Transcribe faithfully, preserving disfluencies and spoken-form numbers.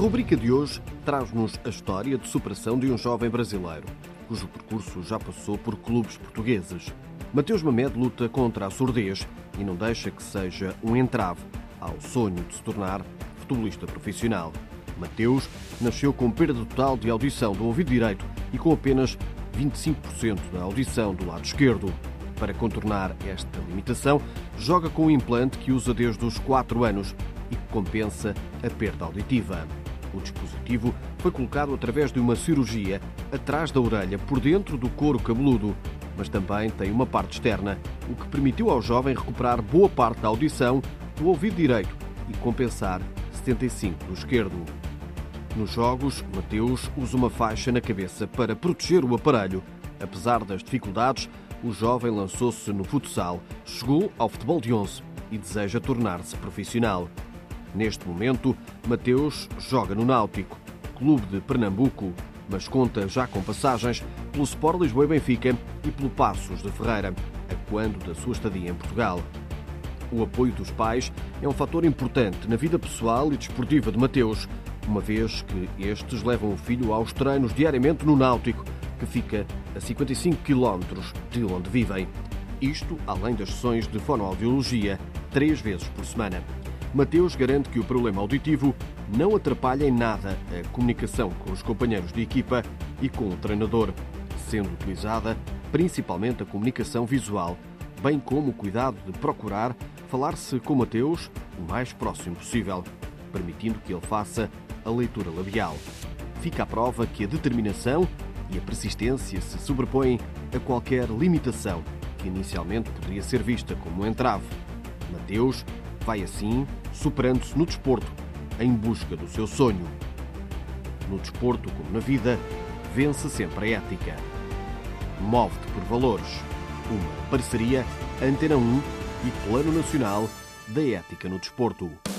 rubrica de hoje traz-nos a história de superação de um jovem brasileiro, cujo percurso já passou por clubes portugueses. Mateus Mamed luta contra a surdez e não deixa que seja um entrave ao sonho de se tornar futebolista profissional. Mateus nasceu com perda total de audição do ouvido direito e com apenas vinte e cinco por cento da audição do lado esquerdo. Para contornar esta limitação, joga com um implante que usa desde os quatro anos e que compensa a perda auditiva. O dispositivo foi colocado através de uma cirurgia atrás da orelha, por dentro do couro cabeludo, mas também tem uma parte externa, o que permitiu ao jovem recuperar boa parte da audição do ouvido direito e compensar setenta e cinco por cento do esquerdo. Nos jogos, Mateus usa uma faixa na cabeça para proteger o aparelho. Apesar das dificuldades, o jovem lançou-se no futsal, chegou ao futebol de onze e deseja tornar-se profissional. Neste momento, Mateus joga no Náutico, clube de Pernambuco, mas conta já com passagens pelo Sport Lisboa e Benfica e pelo Paços de Ferreira, a quando da sua estadia em Portugal. O apoio dos pais é um fator importante na vida pessoal e desportiva de Mateus, uma vez que estes levam o filho aos treinos diariamente no Náutico, que fica a cinquenta e cinco quilómetros de onde vivem. Isto além das sessões de fonoaudiologia, três vezes por semana. Mateus garante que o problema auditivo não atrapalha em nada a comunicação com os companheiros de equipa e com o treinador, sendo utilizada principalmente a comunicação visual, bem como o cuidado de procurar falar-se com Mateus o mais próximo possível, permitindo que ele faça a leitura labial. Fica à prova que a determinação e a persistência se sobrepõem a qualquer limitação que inicialmente poderia ser vista como um entrave. Mateus vai assim superando-se no desporto em busca do seu sonho. No desporto, como na vida, vence sempre a ética. Move-te por valores. Uma parceria Antena um e Plano Nacional da Ética no Desporto.